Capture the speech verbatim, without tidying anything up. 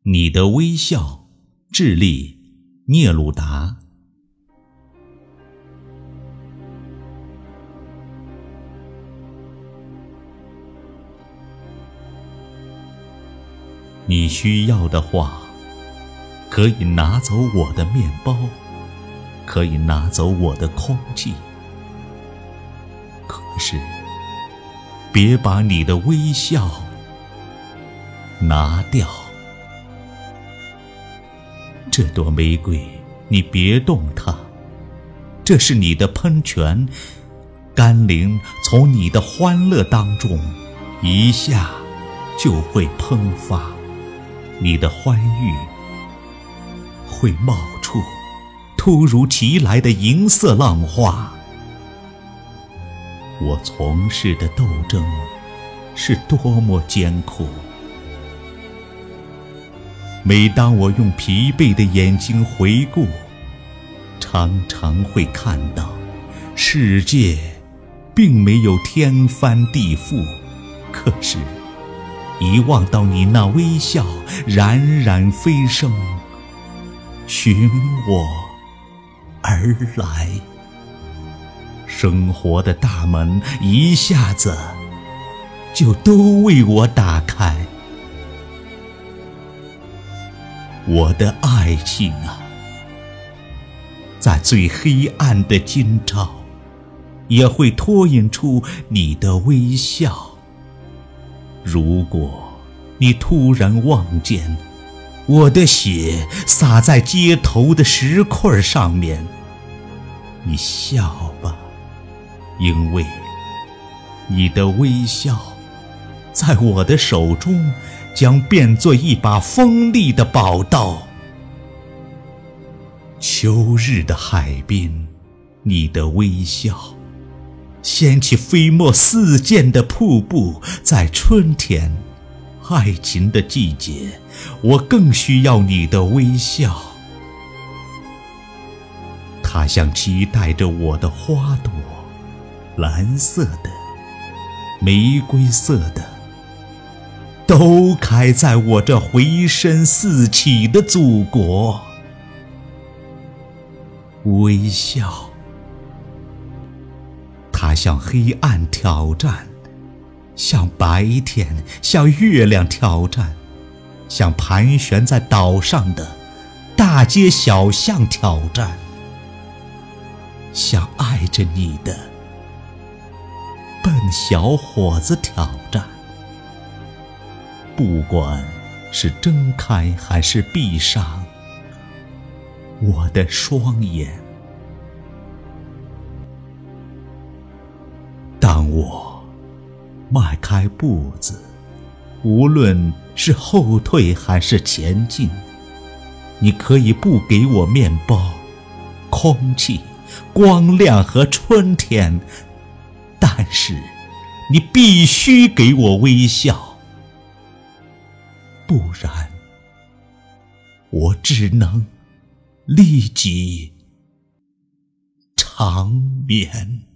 你的微笑，智利，聂鲁达。你需要的话，可以拿走我的面包，可以拿走我的空气，可是别把你的微笑拿掉。这朵玫瑰，你别动它，这是你的喷泉，甘霖从你的欢乐当中一下就会喷发，你的欢愉会冒出突如其来的银色浪花。我从事的斗争是多么艰苦，每当我用疲惫的眼睛回顾，常常会看到世界并没有天翻地覆，可是一望到你那微笑冉冉飞升，寻我而来，生活的大门一下子就都为我打开。我的爱情啊，在最黑暗的今朝也会脱颖出你的微笑。如果你突然望见我的血洒在街头的石块上面，你笑吧，因为你的微笑在我的手中将变作一把锋利的宝刀。秋日的海滨，你的微笑掀起飞沫四溅的瀑布。在春天爱情的季节，我更需要你的微笑，它像期待着我的花朵，蓝色的，玫瑰色的，都开在我这回声四起的祖国。微笑，它向黑暗挑战，向白天，向月亮挑战，向盘旋在岛上的大街小巷挑战，向爱着你的笨小伙子挑战。不管是睁开还是闭上我的双眼，当我迈开步子，无论是后退还是前进，你可以不给我面包、空气、光亮和春天，但是你必须给我微笑，不然我只能立即长眠。